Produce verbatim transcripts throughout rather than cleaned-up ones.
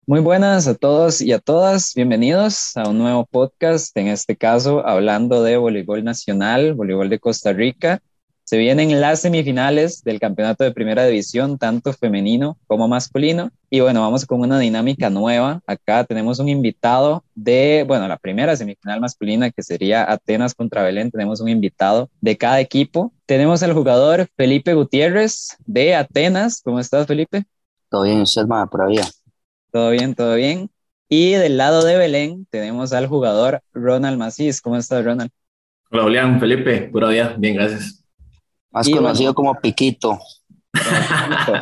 Muy buenas a todos y a todas, bienvenidos a un nuevo podcast, en este caso hablando de voleibol nacional, voleibol de Costa Rica. Se vienen las semifinales del campeonato de primera división, tanto femenino como masculino. Y bueno, vamos con una dinámica nueva. Acá tenemos un invitado de, bueno, la primera semifinal masculina que sería Atenas contra Belén. Tenemos un invitado de cada equipo. Tenemos al jugador Felipe Gutiérrez de Atenas. ¿Cómo estás, Felipe? Todo bien, usted, ma, por ahí. Todo bien, todo bien. Y del lado de Belén tenemos al jugador Ronald Macís. ¿Cómo estás, Ronald? Hola, Julián, Felipe, puro día, bien, gracias. Más Y conocido bueno, como Piquito. como Piquito.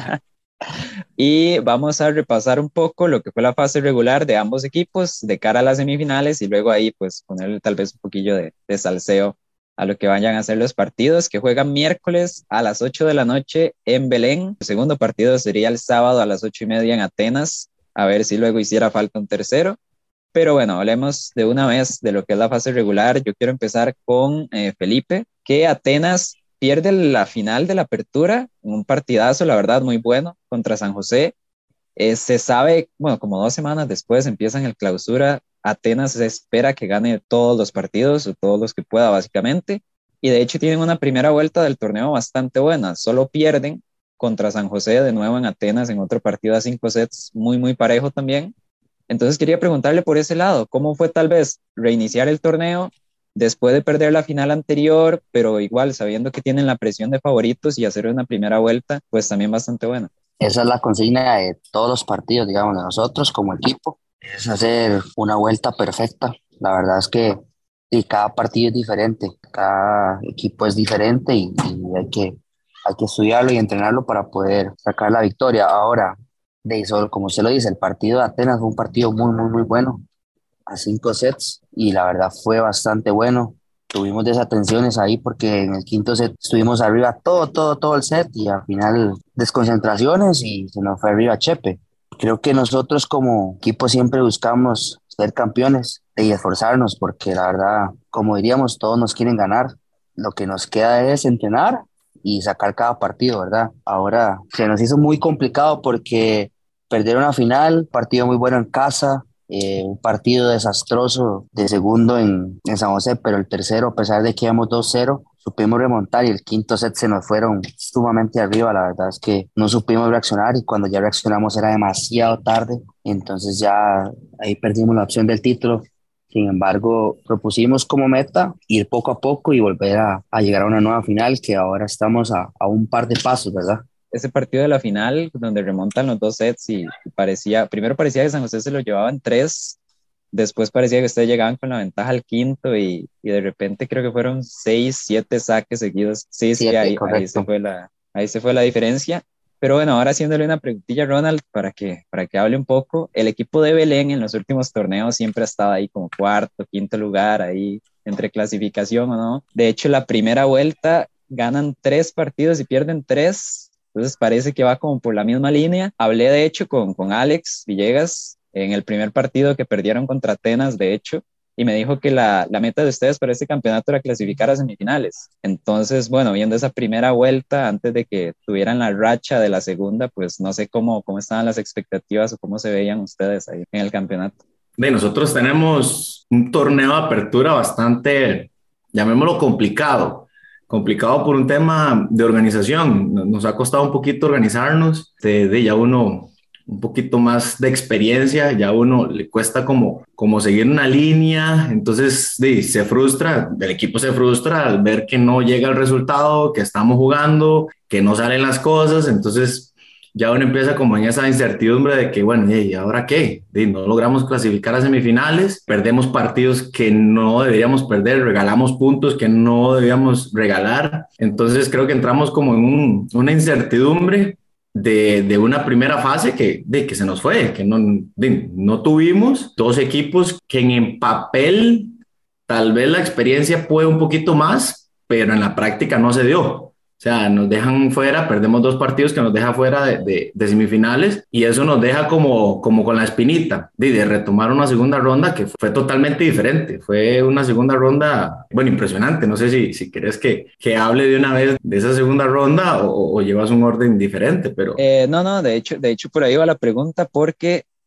Y vamos a repasar un poco lo que fue la fase regular de ambos equipos de cara a las semifinales y luego ahí pues ponerle tal vez un poquillo de, de salseo a lo que vayan a ser los partidos que juegan miércoles a las ocho de la noche en Belén. El segundo partido sería el sábado a las ocho y media en Atenas, a ver si luego hiciera falta un tercero. Pero bueno, hablemos de una vez de lo que es la fase regular. Yo quiero empezar con eh, Felipe, que Atenas pierde la final de la apertura, en un partidazo, la verdad, muy bueno, contra San José. Eh, se sabe, bueno, como dos semanas después empiezan el clausura, Atenas se espera que gane todos los partidos o todos los que pueda, básicamente. Y de hecho tienen una primera vuelta del torneo bastante buena. Solo pierden contra San José de nuevo en Atenas en otro partido a cinco sets, muy, muy parejo también. Entonces quería preguntarle por ese lado, ¿cómo fue tal vez reiniciar el torneo después de perder la final anterior, pero igual sabiendo que tienen la presión de favoritos y hacer una primera vuelta, pues también bastante buena? Esa es la consigna de todos los partidos, digamos, de nosotros como equipo. Es hacer una vuelta perfecta. La verdad es que y cada partido es diferente, cada equipo es diferente y, y hay que, hay que estudiarlo y entrenarlo para poder sacar la victoria. Ahora, de eso, como usted lo dice, el partido de Atenas fue un partido muy, muy, muy bueno, a cinco sets y la verdad fue bastante bueno. Tuvimos desatenciones ahí porque en el quinto set estuvimos arriba todo, todo, todo el set y al final desconcentraciones y se nos fue arriba Chepe. Creo que nosotros como equipo siempre buscamos ser campeones y esforzarnos porque la verdad, como diríamos, todos nos quieren ganar. Lo que nos queda es entrenar y sacar cada partido, ¿verdad? Ahora se nos hizo muy complicado porque perder una final, partido muy bueno en casa, eh, un partido desastroso de segundo en, en San José, pero el tercero, a pesar de que íbamos dos cero, supimos remontar y el quinto set se nos fueron sumamente arriba. La verdad es que no supimos reaccionar y cuando ya reaccionamos era demasiado tarde, entonces ya ahí perdimos la opción del título. Sin embargo, propusimos como meta ir poco a poco y volver a, a llegar a una nueva final que ahora estamos a, a un par de pasos, ¿verdad? Ese partido de la final, donde remontan los dos sets y parecía, primero parecía que San José se lo llevaba en tres, después parecía que ustedes llegaban con la ventaja al quinto y, y de repente creo que fueron seis, siete saques seguidos. Sí, sí, Siete, ahí, ahí se correcto. fue la, ahí se fue la diferencia. Pero bueno, ahora haciéndole una preguntilla a Ronald para que, para que hable un poco. El equipo de Belén en los últimos torneos siempre ha estado ahí como cuarto, quinto lugar, ahí entre clasificación o no. De hecho, la primera vuelta ganan tres partidos y pierden tres. Entonces parece que va como por la misma línea. Hablé de hecho con, con Alex Villegas en el primer partido que perdieron contra Atenas, de hecho, y me dijo que la, la meta de ustedes para este campeonato era clasificar a semifinales. Entonces, bueno, viendo esa primera vuelta, antes de que tuvieran la racha de la segunda, pues no sé cómo, cómo estaban las expectativas o cómo se veían ustedes ahí en el campeonato. De nosotros tenemos un torneo de apertura bastante, llamémoslo complicado, complicado por un tema de organización. Nos ha costado un poquito organizarnos, de, de ya uno un poquito más de experiencia, ya uno le cuesta como, como seguir una línea, entonces de, se frustra, el equipo se frustra al ver que no llega el resultado, que estamos jugando, que no salen las cosas, entonces ya uno empieza como en esa incertidumbre de que, bueno, ¿y ahora qué? De, no logramos clasificar a semifinales, perdemos partidos que no deberíamos perder, regalamos puntos que no debíamos regalar. Entonces creo que entramos como en un, una incertidumbre de, de una primera fase que, de, que se nos fue, que no, de, no tuvimos dos equipos que en papel tal vez la experiencia puede un poquito más, pero en la práctica no se dio. O sea, nos dejan fuera, perdemos dos partidos que nos deja fuera de, de, de semifinales y eso nos deja como, como con la espinita de, de retomar una segunda ronda que fue totalmente diferente. Fue una segunda ronda, bueno, impresionante. No sé si, si quieres que, que hable de una vez de esa segunda ronda o, o llevas un orden diferente, pero... Eh, no, no, de hecho, de hecho por ahí va la pregunta porque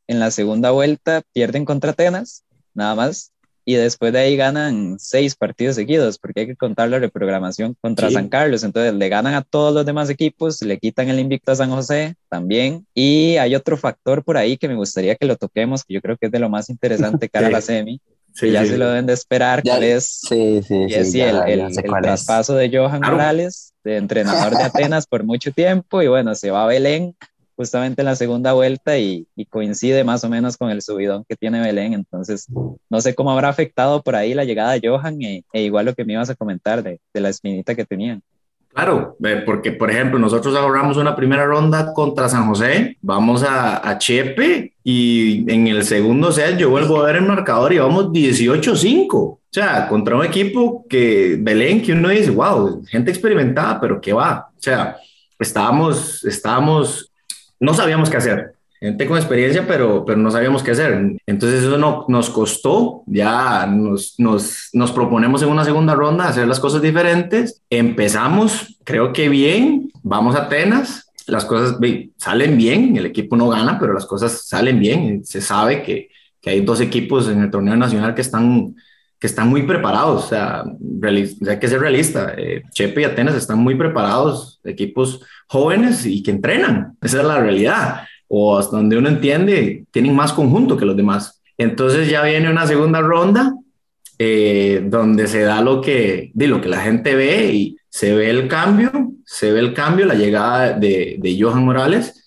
en la segunda vuelta pierden contra Atenas, nada más, y después de ahí ganan seis partidos seguidos, porque hay que contar la reprogramación contra Sí. San Carlos. Entonces le ganan a todos los demás equipos, le quitan el invicto a San José también, y hay otro factor por ahí que me gustaría que lo toquemos, que yo creo que es de lo más interesante cara Sí. a la semi, Sí, que ya sí, se lo deben de esperar, Ya, que es, sí, sí, y es sí, sí, ya, el, ya el, sé el cuál es. traspaso de Johan Claro. Morales, de entrenador de Atenas por mucho tiempo, y bueno, se va a Belén justamente en la segunda vuelta y, y coincide más o menos con el subidón que tiene Belén. Entonces no sé cómo habrá afectado por ahí la llegada de Johan e, e igual lo que me ibas a comentar de, de la espinita que tenían. Claro, eh, porque por ejemplo nosotros ahorramos una primera ronda contra San José, vamos a, a Chepe y en el segundo set yo vuelvo a ver el marcador y vamos dieciocho cinco. O sea, contra un equipo que Belén, que uno dice, wow, gente experimentada, pero ¿qué va? O sea, estábamos, estábamos, no sabíamos qué hacer. Gente con experiencia, pero, pero no sabíamos qué hacer. Entonces eso no, nos costó, ya nos, nos, nos proponemos en una segunda ronda hacer las cosas diferentes. Empezamos, creo que bien, vamos a Atenas, las cosas salen bien, el equipo no gana, pero las cosas salen bien. Se sabe que, que hay dos equipos en el torneo nacional que están, que están muy preparados, o sea, hay que ser realista. Eh, Chepe y Atenas están muy preparados, equipos jóvenes y que entrenan, esa es la realidad. O hasta donde uno entiende, tienen más conjunto que los demás. Entonces ya viene una segunda ronda eh, donde se da lo que, de lo que la gente ve y se ve el cambio, se ve el cambio, la llegada de, de Johan Morales,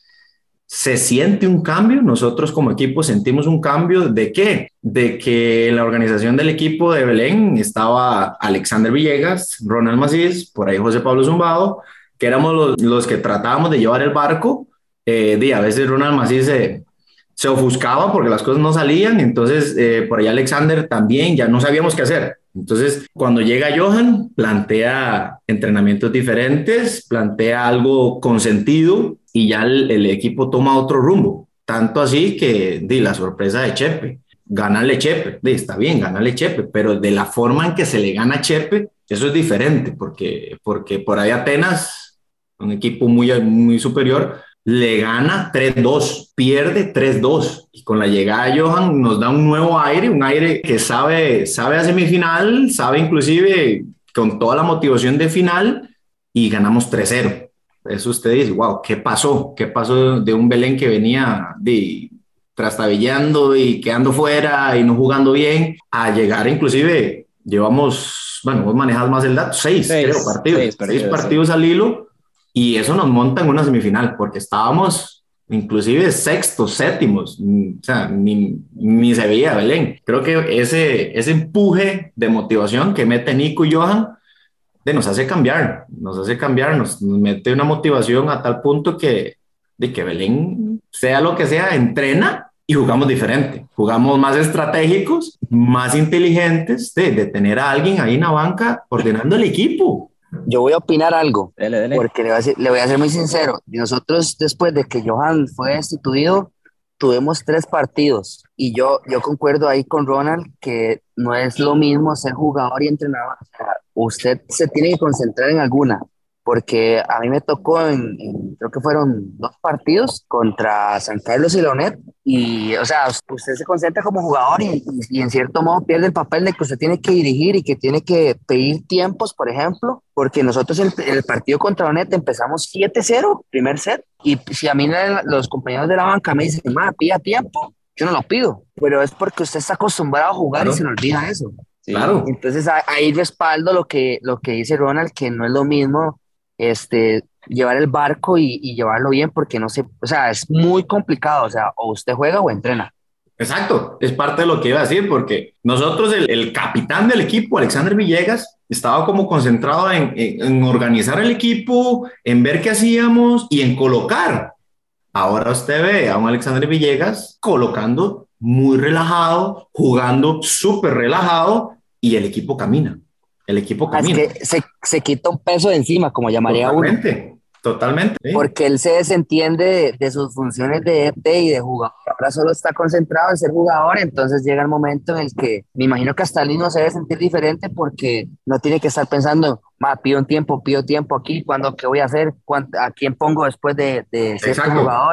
se siente un cambio, nosotros como equipo sentimos un cambio. ¿De qué? De que en la organización del equipo de Belén estaba Alexander Villegas, Ronald Macís, por ahí José Pablo Zumbado, que éramos los, los que tratábamos de llevar el barco. Eh, de, a veces Ronald Macís se, se ofuscaba porque las cosas no salían, entonces eh, por ahí Alexander también, ya no sabíamos qué hacer. Entonces cuando llega Johan, plantea entrenamientos diferentes, plantea algo con sentido y ya el, el equipo toma otro rumbo. Tanto así que di, la sorpresa de Chepe, ganarle Chepe, di, está bien, ganarle Chepe, pero de la forma en que se le gana a Chepe, eso es diferente, porque, porque por ahí Atenas, un equipo muy, muy superior, le gana tres dos, pierde tres dos. Y con la llegada de Johan nos da un nuevo aire, un aire que sabe, sabe a semifinal, sabe inclusive con toda la motivación de final y ganamos tres cero. Eso usted dice, wow, ¿qué pasó? ¿Qué pasó de un Belén que venía de trastabillando y quedando fuera y no jugando bien a llegar inclusive, llevamos, bueno, vos manejas más el dato, seis, seis creo, partidos, seis partidos, seis partidos sí. Al hilo. Y eso nos monta en una semifinal, porque estábamos inclusive sextos, séptimos, o sea, ni, ni se veía Belén. Creo que ese, ese empuje de motivación que mete Nico y Johan, de, nos hace cambiar, nos hace cambiar, nos, nos mete una motivación a tal punto que, de que Belén, sea lo que sea, entrena y jugamos diferente. Jugamos más estratégicos, más inteligentes, de, de tener a alguien ahí en la banca ordenando el equipo. Yo voy a opinar algo, dele, dele. porque le voy, a ser, le voy a ser muy sincero. Nosotros, después de que Johan fue destituido, tuvimos tres partidos. Y yo, yo concuerdo ahí con Ronald que no es lo mismo ser jugador y entrenador. O sea, usted se tiene que concentrar en alguna. Porque a mí me tocó en, en, creo que fueron dos partidos contra San Carlos y Leonet, y o sea, usted se concentra como jugador y, y, y en cierto modo pierde el papel de que usted tiene que dirigir y que tiene que pedir tiempos, por ejemplo, porque nosotros el, el partido contra Leonet empezamos siete cero, primer set, y si a mí los compañeros de la banca me dicen, ma, pida tiempo, yo no lo pido, pero es porque usted está acostumbrado a jugar, claro, y se le olvida eso. Sí. Claro. Entonces ahí respaldo lo que, lo que dice Ronald, que no es lo mismo este, llevar el barco y, y llevarlo bien, porque no sé, o sea, es muy complicado, o sea, o usted juega o entrena. Exacto, es parte de lo que iba a decir, porque nosotros, el, el capitán del equipo, Alexander Villegas, estaba como concentrado en, en, en organizar el equipo, en ver qué hacíamos y en colocar. Ahora usted ve a un Alexander Villegas colocando muy relajado, jugando súper relajado y el equipo camina. El equipo camina. Es que se, se quita un peso de encima, como llamaría totalmente, uno. Totalmente. Sí. Porque él se desentiende de, de sus funciones de E T y de jugador. Ahora solo está concentrado en ser jugador, entonces llega el momento en el que me imagino que hasta él mismo se debe sentir diferente porque no tiene que estar pensando, ma, pido un tiempo, pido tiempo aquí, ¿cuándo, qué voy a hacer? ¿A quién pongo después de, de ciertos jugadores?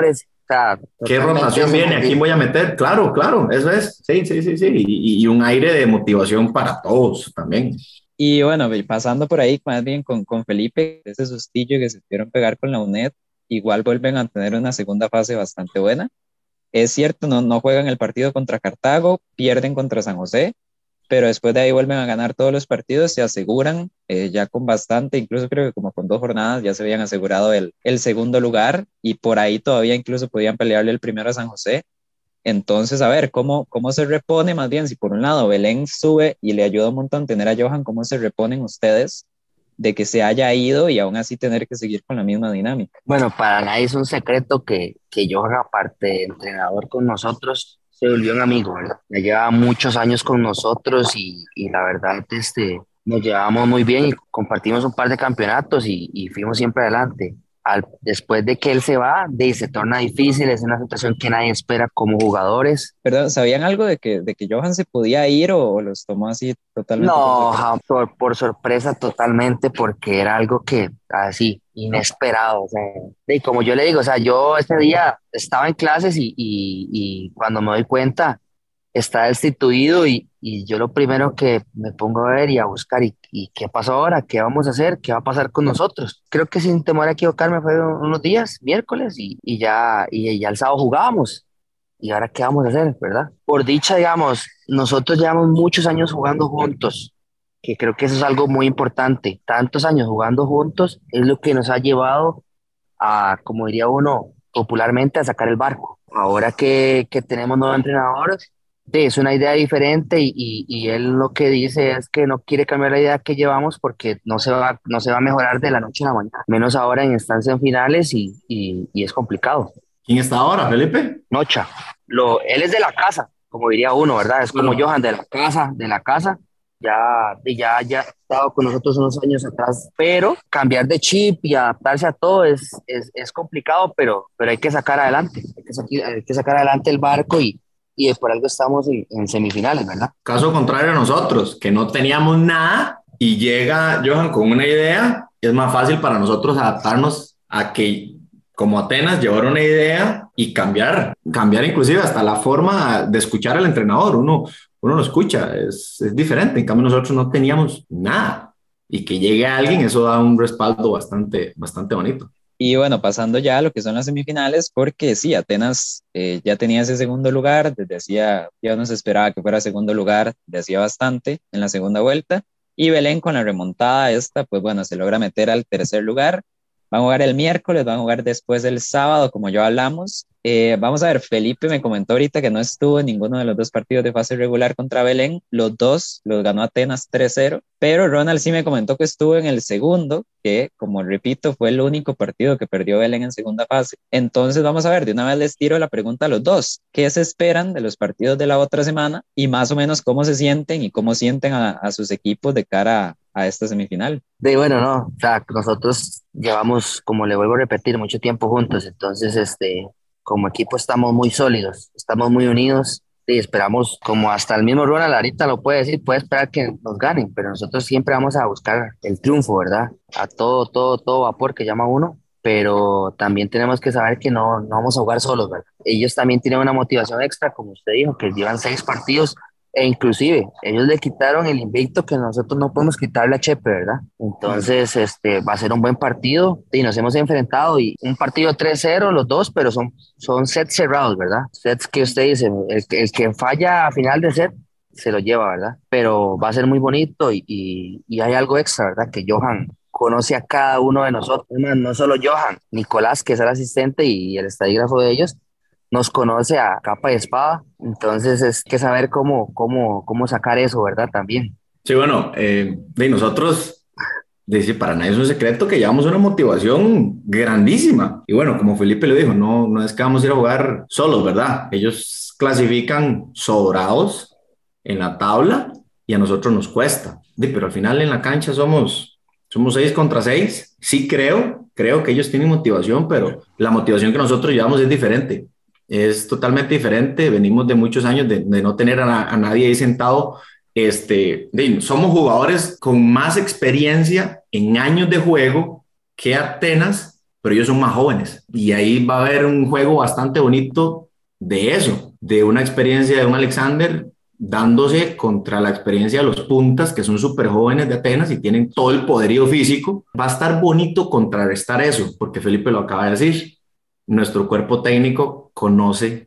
sea, ¿Qué totalmente rotación viene? ¿A quién voy a meter? Claro, claro, eso es. Sí, sí, sí, sí. Y, y un aire de motivación para todos también. Y bueno, y pasando por ahí más bien con, con Felipe, ese sustillo que se pudieron pegar con la UNED, igual vuelven a tener una segunda fase bastante buena. Es cierto, no, no juegan el partido contra Cartago, pierden contra San José, pero después de ahí vuelven a ganar todos los partidos, se aseguran eh, ya con bastante, incluso creo que como con dos jornadas ya se habían asegurado el, el segundo lugar y por ahí todavía incluso podían pelearle el primero a San José. Entonces, a ver, ¿cómo, cómo se repone más bien? Si por un lado Belén sube y le ayuda un montón tener a Johan, ¿cómo se reponen ustedes de que se haya ido y aún así tener que seguir con la misma dinámica? Bueno, para nadie es un secreto que, que Johan, aparte de entrenador con nosotros, se volvió un amigo, ¿verdad? Ya lleva muchos años con nosotros y, y la verdad, este, nos llevamos muy bien y compartimos un par de campeonatos y, y fuimos siempre adelante. Al, después de que él se va, de, se torna difícil, es una situación que nadie espera como jugadores. Perdón, ¿sabían algo de que, de que Johan se podía ir o, o los tomó así totalmente por No, sorpresa? ja, por, por sorpresa totalmente, porque era algo que así, inesperado. O sea, y como yo le digo, o sea, yo ese día estaba en clases y, y, y cuando me doy cuenta, está destituido y, y yo lo primero que me pongo a ver y a buscar, y, y qué pasó ahora, qué vamos a hacer, qué va a pasar con nosotros. Creo que sin temor a equivocarme fue unos días, miércoles, y, y ya, y ya el sábado jugábamos. ¿Y ahora qué vamos a hacer, verdad? Por dicha, digamos, nosotros llevamos muchos años jugando juntos, que creo que eso es algo muy importante. Tantos años jugando juntos es lo que nos ha llevado a, como diría uno popularmente, a sacar el barco. Ahora que, que tenemos nuevo entrenador, sí, es una idea diferente y, y, y él lo que dice es que no quiere cambiar la idea que llevamos porque no se va, no se va a mejorar de la noche a la mañana, menos ahora en instancias finales y, y, y es complicado. ¿Quién está ahora, Felipe? Nocha, lo, él es de la casa, como diría uno, ¿verdad? Es como Bueno, Johan, de la casa, de la casa. Ya, ya, ya ha estado con nosotros unos años atrás, pero cambiar de chip y adaptarse a todo es, es, es complicado, pero, pero hay que sacar adelante, hay que, sacar, hay que sacar adelante el barco y, y por algo estamos en, en semifinales, ¿verdad? caso contrario a nosotros, que no teníamos nada y llega Johan con una idea, es más fácil para nosotros adaptarnos a que como Atenas llevar una idea y cambiar, cambiar inclusive hasta la forma de escuchar al entrenador. Uno, uno lo escucha, es, es diferente. En cambio nosotros no teníamos nada y que llegue alguien, eso da un respaldo bastante, bastante bonito. Y bueno, pasando ya a lo que son las semifinales, porque sí, Atenas eh, ya tenía ese segundo lugar, desde hacía, ya no se esperaba que fuera segundo lugar, desde hacía bastante en la segunda vuelta, y Belén con la remontada esta, pues bueno, se logra meter al tercer lugar. Van a jugar el miércoles, van a jugar después el sábado, como ya hablamos. Eh, vamos a ver, Felipe me comentó ahorita que no estuvo en ninguno de los dos partidos de fase regular contra Belén. Los dos los ganó Atenas tres cero, pero Ronald sí me comentó que estuvo en el segundo, que como repito, fue el único partido que perdió Belén en segunda fase. Entonces vamos a ver, de una vez les tiro la pregunta a los dos. ¿Qué se esperan de los partidos de la otra semana? Y más o menos cómo se sienten y cómo sienten a, a sus equipos de cara a, a esta semifinal. De bueno, no, o sea, nosotros llevamos, como le vuelvo a repetir, mucho tiempo juntos, entonces, este, como equipo estamos muy sólidos, estamos muy unidos y esperamos, como hasta el mismo Ronald ahorita lo puede decir, puede esperar que nos ganen, pero nosotros siempre vamos a buscar el triunfo, ¿verdad? A todo, todo, todo vapor que llama uno, pero también tenemos que saber que no, no vamos a jugar solos, ¿verdad? Ellos también tienen una motivación extra, como usted dijo, que llevan seis partidos. E inclusive, ellos le quitaron el invicto que nosotros no podemos quitarle a Chepe, ¿verdad? Entonces, este, va a ser un buen partido y nos hemos enfrentado y un partido tres cero los dos, pero son, son sets cerrados, ¿verdad? Sets que usted dice, el, el que falla a final de set se lo lleva, ¿verdad? Pero va a ser muy bonito y, y, y hay algo extra, ¿verdad? Que Johan conoce a cada uno de nosotros, no solo Johan, Nicolás, que es el asistente y el estadígrafo de ellos, nos conoce a capa y espada, entonces es que saber cómo, cómo, cómo sacar eso, ¿verdad? También. Sí, bueno, eh, de nosotros, dice, para nadie es un secreto que llevamos una motivación grandísima. Y bueno, como Felipe lo dijo, no, no es que vamos a ir a jugar solos, ¿verdad? Ellos clasifican sobrados en la tabla y a nosotros nos cuesta. Sí, pero al final en la cancha somos, somos seis contra seis. Sí creo, creo que ellos tienen motivación, pero la motivación que nosotros llevamos es diferente. Es totalmente diferente. Venimos de muchos años de, de no tener a, a nadie ahí sentado. Este, de, somos jugadores con más experiencia en años de juego que Atenas pero ellos son más jóvenes. Y ahí va a haber un juego bastante bonito de eso, de una experiencia de un Alexander dándose contra la experiencia de los puntas, que son súper jóvenes de Atenas y tienen todo el poderío físico. Va a estar bonito contrarrestar eso, porque Felipe lo acaba de decir. Nuestro cuerpo técnico conoce,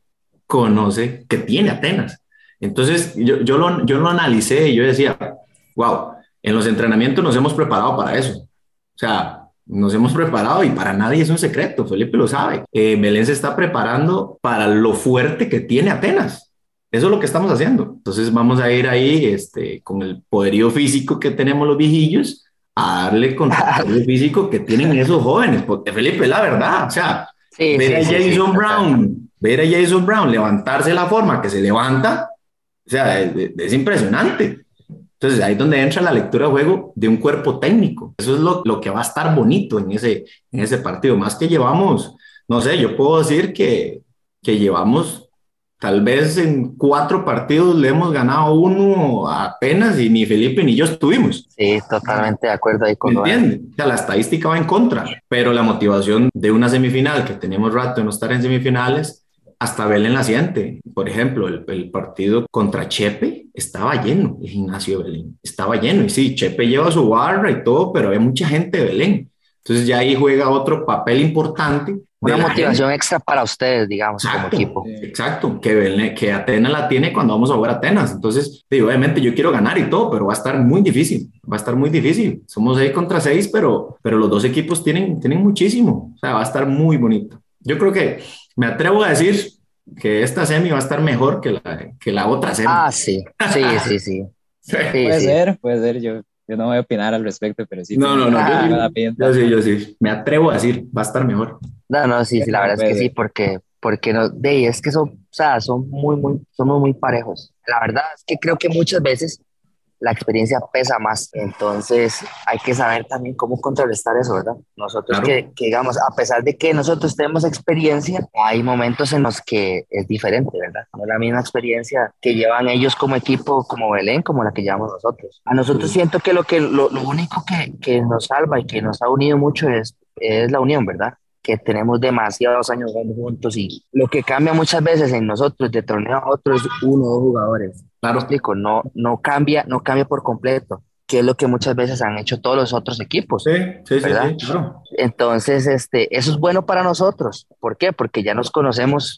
conoce que tiene Atenas. Entonces, yo, yo, lo, yo lo analicé y yo decía, wow, en los entrenamientos nos hemos preparado para eso. O sea, nos hemos preparado y para nadie es un secreto, Felipe lo sabe. Eh, Belén se está preparando para lo fuerte que tiene Atenas. Eso es lo que estamos haciendo. Entonces vamos a ir ahí este, con el poderío físico que tenemos los viejillos a darle con el poderío físico que tienen esos jóvenes. Porque Felipe, la verdad, o sea, Sí, ver sí, a sí, Jason sí, Brown, ver a Jason Brown levantarse de la forma que se levanta, o sea, es, es impresionante. Entonces ahí es donde entra la lectura de juego de un cuerpo técnico. Eso es lo, lo que va a estar bonito en ese, en ese partido. Más que llevamos, no sé, yo puedo decir que, que llevamos, tal vez en cuatro partidos le hemos ganado uno apenas y ni Felipe ni yo estuvimos. Sí, totalmente de acuerdo ahí con ¿Me Noé. entiendes? O sea, la estadística va en contra, pero la motivación de una semifinal, que tenemos rato de no estar en semifinales, hasta Belén la siente. Por ejemplo, el, el partido contra Chepe estaba lleno, el gimnasio de Belén estaba lleno. Y sí, Chepe lleva su barra y todo, pero hay mucha gente de Belén. Entonces ya ahí juega otro papel importante. Una motivación gente. extra para ustedes, digamos, exacto, como equipo. Exacto, que, Belén, que Atenas la tiene cuando vamos a jugar a Atenas. Entonces, sí, obviamente yo quiero ganar y todo, pero va a estar muy difícil, va a estar muy difícil. Somos seis contra seis, pero, pero los dos equipos tienen, tienen muchísimo. O sea, va a estar muy bonito. Yo creo que me atrevo a decir que esta semi va a estar mejor que la, que la otra semi. Ah, sí, sí, sí, sí. sí puede sí. ser, puede ser, yo, yo no voy a opinar al respecto, pero sí. No, no, no, ah, yo, yo sí, yo sí, me atrevo a decir, va a estar mejor. No, no, sí, sí la verdad es que sí, porque, porque no, de, es que son, o sea, son muy, muy, somos muy parejos. La verdad es que creo que muchas veces la experiencia pesa más, entonces hay que saber también cómo contrarrestar eso, ¿verdad? Nosotros claro. que, que, digamos, a pesar de que nosotros tenemos experiencia, hay momentos en los que es diferente, ¿verdad? No es la misma experiencia que llevan ellos como equipo, como Belén, como la que llevamos nosotros. A nosotros sí. siento que lo, que, lo, lo único que, que nos salva y que nos ha unido mucho es, es la unión, ¿verdad? Que tenemos demasiados años jugando juntos y lo que cambia muchas veces en nosotros de torneo a otro es uno o dos jugadores. Claro, explico, no, no cambia, no cambia por completo, que es lo que muchas veces han hecho todos los otros equipos. Sí, sí, ¿verdad? sí, sí, claro. Entonces, este, eso es bueno para nosotros. ¿Por qué? Porque ya nos conocemos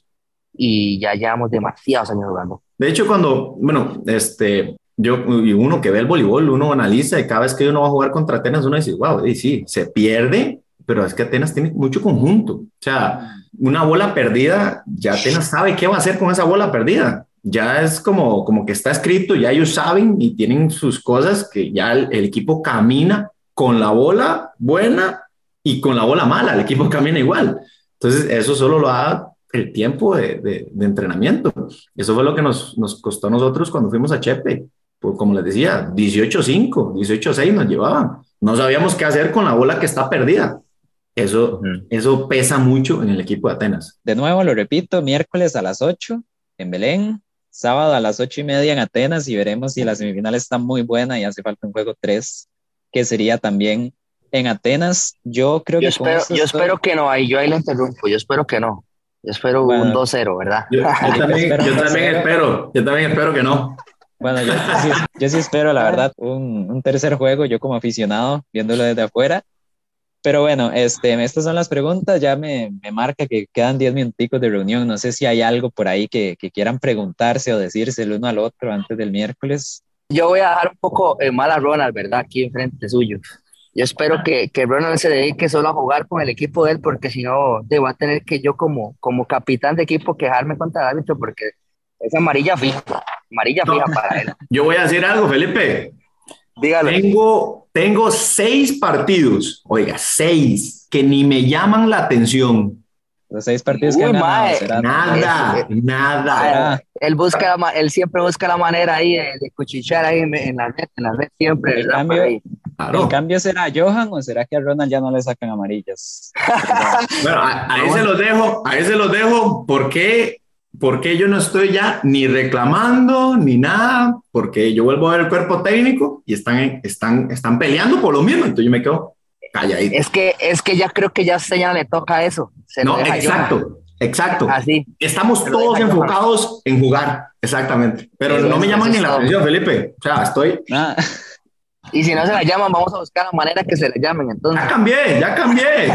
y ya llevamos demasiados años jugando. De hecho, cuando, bueno, este, yo, y uno que ve el voleibol, uno analiza y cada vez que uno va a jugar contra Atenas, uno dice, wow, y sí, se pierde, pero es que Atenas tiene mucho conjunto. O sea, una bola perdida, ya Atenas sabe qué va a hacer con esa bola perdida. Ya es como, como que está escrito, ya ellos saben y tienen sus cosas que ya el, el equipo camina con la bola buena y con la bola mala, el equipo camina igual. Entonces, eso solo lo da el tiempo de, de, de entrenamiento. Eso fue lo que nos, nos costó a nosotros cuando fuimos a Chepe. Pues, como les decía, dieciocho cinco, dieciocho seis nos llevaban. No sabíamos qué hacer con la bola que está perdida. Eso, uh-huh. eso pesa mucho en el equipo de Atenas. De nuevo, lo repito, miércoles a las ocho en Belén, sábado a las ocho y media en Atenas y veremos si la semifinal está muy buena y hace falta un juego tres, que sería también en Atenas. Yo creo yo que espero, yo estoy... espero que no, ahí yo ahí le interrumpo, yo espero que no. Yo espero bueno, un dos cero, ¿verdad? Yo, yo también, yo también espero, yo también espero que no. Bueno, yo, yo, sí, yo sí espero, la verdad, un, un tercer juego, yo como aficionado, viéndolo desde afuera. Pero bueno, este, estas son las preguntas, ya me, me marca que quedan diez minuticos de reunión, no sé si hay algo por ahí que, que quieran preguntarse o decirse el uno al otro antes del miércoles. Yo voy a dejar un poco eh, mal a Ronald, ¿verdad? Aquí enfrente suyo. Yo espero que, que Ronald se dedique solo a jugar con el equipo de él, porque si no, voy a tener que yo como, como capitán de equipo quejarme contra el árbitro, porque es amarilla fija, amarilla no. fija para él. Yo voy a decir algo, Felipe. Dígalo. Tengo, tengo seis partidos, oiga, seis, que ni me llaman la atención. Los seis partidos Uy, que han ganado, ¿será? Nada, es, nada. Él, busca, él siempre busca la manera ahí de, de cuchichear ahí en, en la red, en la red siempre. El cambio, claro. ¿El cambio será Johan o será que a Ronald ya no le sacan amarillas? Bueno, a, a ese los dejo, a ese los dejo, porque... porque yo no estoy ya ni reclamando ni nada, porque yo vuelvo a ver el cuerpo técnico y están, están, están peleando por lo mismo, entonces yo me quedo calladito. Es que, es que ya creo que ya a usted ya le toca eso. Se lo No, deja exacto, Johan. exacto. Así. Estamos Se lo todos deja Johan. enfocados en jugar, exactamente. Pero Eso no es- me llaman eso ni es la todo. atención, Felipe. O sea, estoy... Nada. Y si no se la llaman, vamos a buscar la manera que se la llamen. Entonces, Ya cambié, ya cambié.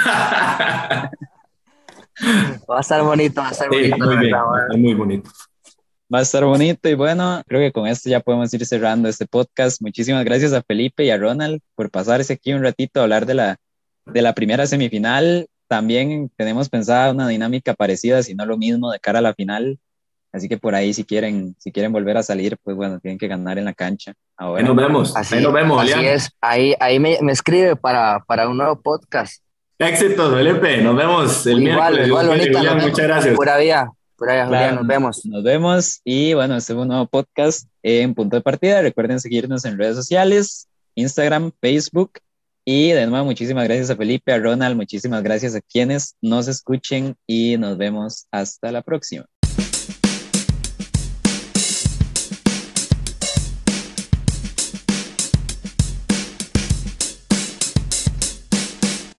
va a estar bonito, va a estar Sí, bonito, muy la bien, verdad. va a va. estar muy bonito. Va a estar bonito y bueno, creo que con esto ya podemos ir cerrando este podcast. Muchísimas gracias a Felipe y a Ronald por pasarse aquí un ratito a hablar de la, de la primera semifinal. También tenemos pensada una dinámica parecida, si no lo mismo, de cara a la final. Así que por ahí si quieren, si quieren volver a salir, pues bueno, tienen que ganar en la cancha Ahí nos ahora. vemos, ahí Así, nos vemos, así Julián. es. Ahí, ahí me, me escribe para, para un nuevo podcast. Éxitos, Felipe. Nos vemos el Igual, miércoles. igual, Dios quiere. bonita. Nos Julián, vemos. muchas gracias. Pura vida. Pura vida, Julián. Claro, Nos vemos. nos vemos y bueno, este es un nuevo podcast en Punto de Partida. Recuerden seguirnos en redes sociales, Instagram, Facebook. Y de nuevo, muchísimas gracias a Felipe, a Ronald, muchísimas gracias a quienes nos escuchen y nos vemos hasta la próxima.